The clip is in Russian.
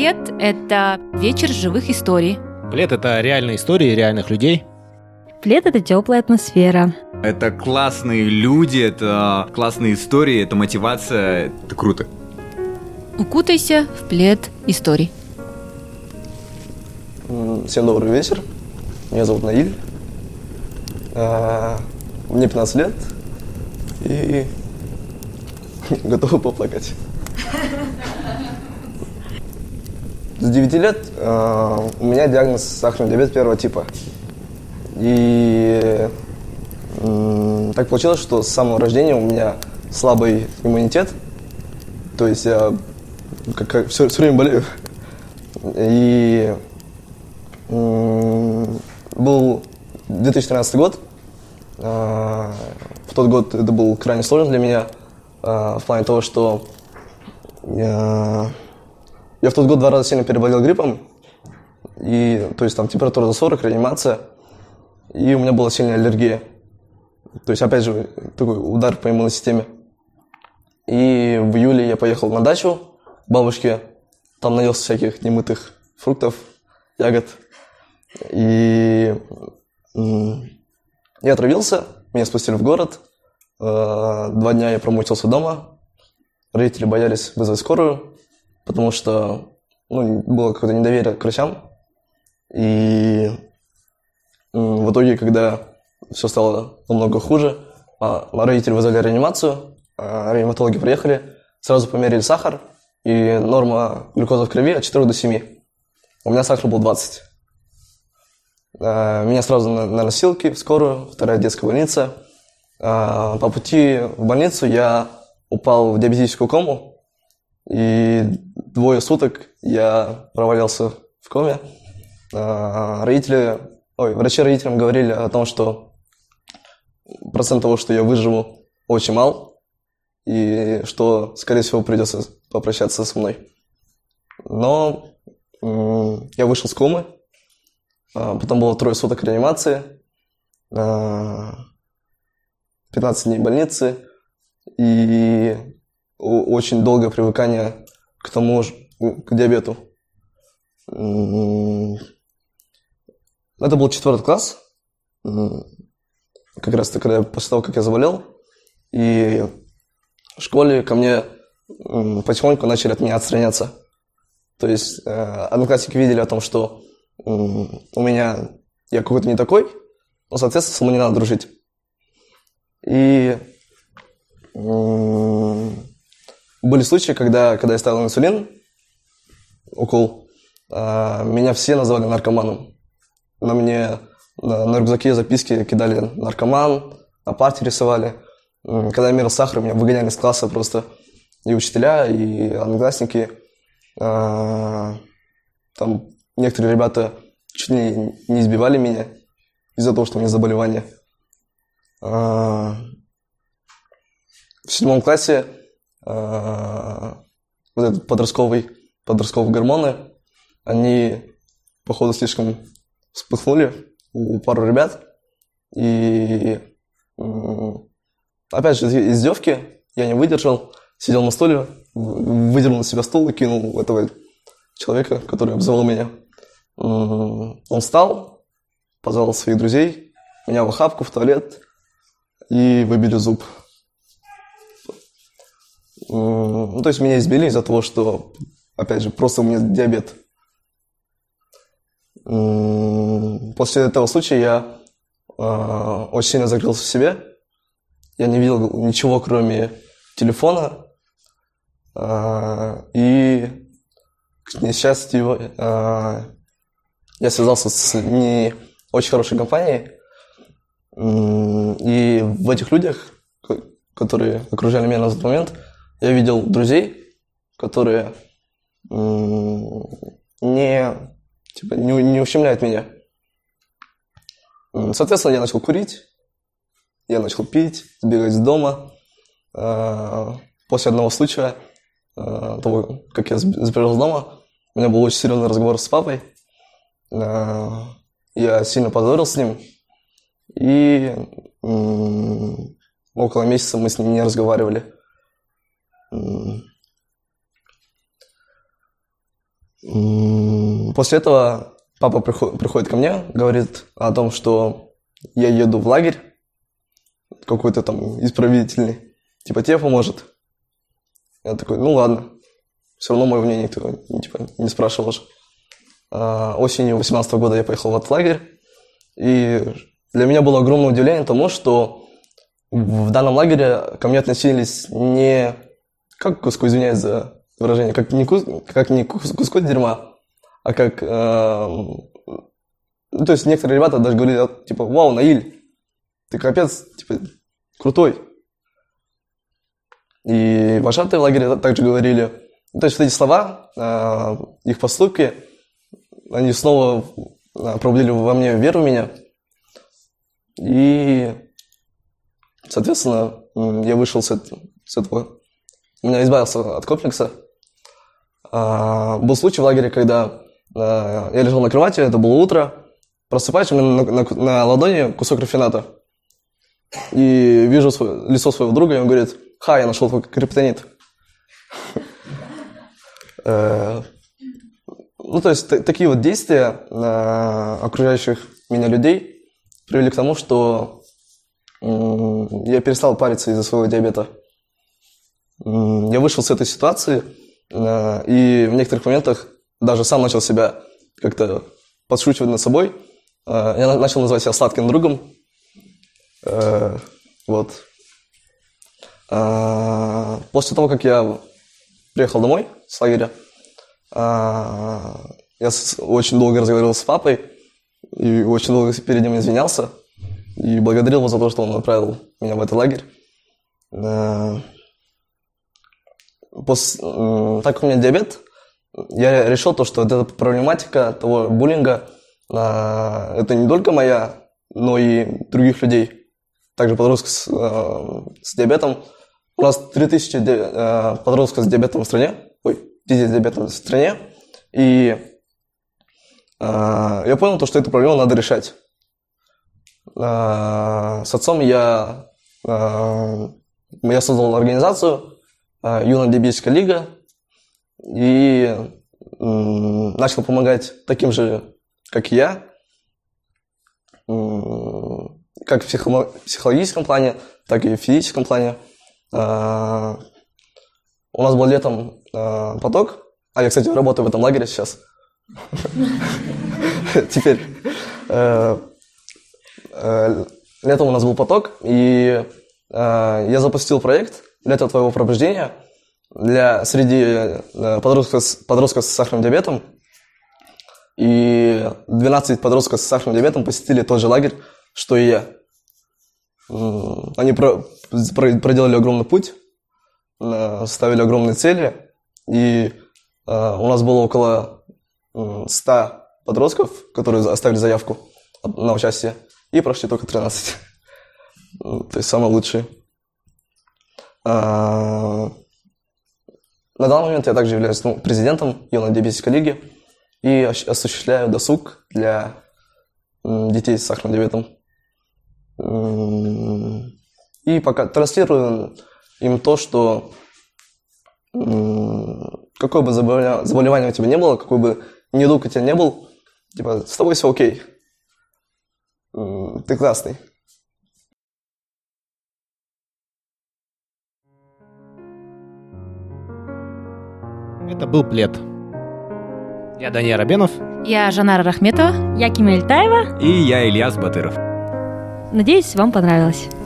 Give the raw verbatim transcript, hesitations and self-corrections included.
«Плед» — это вечер живых историй. «Плед» — это реальные истории реальных людей. «Плед» — это теплая атмосфера. Это классные люди, это классные истории, это мотивация, это круто. Укутайся в плед историй. Всем добрый вечер. Меня зовут Наиль. Мне пятнадцать лет и готовы поплакать. С девяти лет у меня диагноз сахарный диабет первого типа. И так получилось, что с самого рождения у меня слабый иммунитет. То есть я как, как, все, все время болею. И был две тысячи тринадцатый год. В тот год это был крайне сложный для меня в плане того, что я, я в тот год два раза сильно переболел гриппом. И, то есть там температура за сорок, реанимация. И у меня была сильная аллергия. То есть, опять же, такой удар по иммунной системе. И в июле я поехал на дачу к бабушке. Там наелся всяких немытых фруктов, ягод. И я отравился, меня спустили в город. Два дня я промучился дома. Родители боялись вызвать скорую, потому что ну, было какое-то недоверие к врачам. И в итоге, когда все стало намного хуже, родители вызвали реанимацию, реаниматологи приехали, сразу померили сахар, и норма глюкозы в крови от четырёх до семи. У меня сахар был двадцать. Меня сразу на, на носилки в скорую, вторая детская больница. По пути в больницу я упал в диабетическую кому, и двое суток я провалялся в коме. Родители, ой, врачи родителям говорили о том, что процент того, что я выживу, очень мал, и что, скорее всего, придется попрощаться со мной. Но м- я вышел с комы, а, потом было трое суток реанимации, а, пятнадцать дней больницы и очень долгое привыкание к тому же, к диабету. Это был четвертый класс, как раз когда я, после того, как я заболел, и в школе ко мне потихоньку начали от меня отстраняться. То есть э, одноклассники видели о том, что э, у меня я какой-то не такой, но, соответственно, со мной не надо дружить. И э, были случаи, когда, когда я ставил инсулин, укол, э, меня все называли наркоманом. На мне на, на рюкзаке записки кидали наркоман, на парте рисовали. Когда я мерил сахар, меня выгоняли из класса просто и учителя, и одноклассники. А, там некоторые ребята чуть ли не избивали меня из-за того, что у меня заболевание. А, в седьмом классе а, вот этот подростковый, подростковые гормоны, они, походу, слишком вспыхнули у пару ребят. И опять же, издевки, я не выдержал, сидел на стуле, выдернул на себя стул и кинул этого человека, который обзывал меня. Он встал, позвал своих друзей, меня в охапку, в туалет и выбили зуб. Ну, то есть меня избили из-за того, что, опять же, просто у меня диабет. После этого случая я очень сильно закрылся в себе. Я не видел ничего, кроме телефона. И, к несчастью, я связался с не очень хорошей компанией. И в этих людях, которые окружали меня на тот момент, я видел друзей, которые не, типа, не, не ущемляют меня. Соответственно, я начал курить. Я начал пить, сбегать из дома. После одного случая, того, как я сбежал из дома, у меня был очень серьезный разговор с папой. Я сильно позорил с ним. И около месяца мы с ним не разговаривали. М, После этого папа приход- приходит ко мне, говорит о том, что я еду в лагерь какой-то там исправительный, типа тебе поможет. Я такой, ну ладно. Все равно мое мнение никто ну, типа, не спрашивал уже. А, осенью восемнадцатого года я поехал в этот лагерь, и для меня было огромное удивление тому, что в данном лагере ко мне относились не как к куску, извиняюсь за выражение, как не, кус, как не кус, куску дерьма, а как... Э, ну, то есть некоторые ребята даже говорили, типа, вау, Наиль, ты капец, типа, крутой. И вожатые в лагере также говорили. То есть вот эти слова, э, их поступки, они снова э, пробудили во мне веру в меня. И, соответственно, я вышел с, это, с этого, меня избавился от комплекса. А, был случай в лагере, когда а, я лежал на кровати, это было утро, просыпаюсь, у меня на, на, на ладони кусок рафината. И вижу свое, лицо своего друга, и он говорит, ха, я нашел твой криптонит. Ну, то есть такие вот действия окружающих меня людей привели к тому, что я перестал париться из-за своего диабета. Я вышел с этой ситуации, и в некоторых моментах даже сам начал себя как-то подшучивать над собой. Я начал называть себя сладким другом. Вот. После того, как я приехал домой с лагеря, я очень долго разговаривал с папой и очень долго перед ним извинялся и благодарил его за то, что он отправил меня в этот лагерь. После, так как у меня диабет, я решил то, что вот эта проблематика того буллинга, это не только моя, но и других людей. Также подростков с, с диабетом. У нас три тысячи подростков с диабетом в стране, ой, детей с диабетом в стране, и я понял то, что эту проблему надо решать. С отцом я, я создал организацию Юная диабетическая лига и начал помогать таким же, как и я, как в психологическом плане, так и в физическом плане. У нас был летом поток, а я, кстати, работаю в этом лагере сейчас. Теперь. Летом у нас был поток, и я запустил проект «Лето твоего пробуждения» для среди подростков, подростков с сахарным диабетом. И двенадцать подростков с сахарным диабетом посетили тот же лагерь, что и я. Они про, про, проделали огромный путь, ставили огромные цели, и э, у нас было около ста подростков, которые оставили заявку на участие, и прошли только тринадцать. То есть самые лучшие. А, на данный момент я также являюсь ну, президентом Юной диабетической лиги и осуществляю досуг для детей с сахарным диабетом. И пока транслирую им то, что какое бы заболевание у тебя не было, какой бы недуг у тебя не был, типа, с тобой все окей. Ты классный. Это был «Плед». Я Даниил Рабенов. Я Жанара Рахметова. Я Кима Эльтаева. И я Ильяс Батыров. Надеюсь, вам понравилось.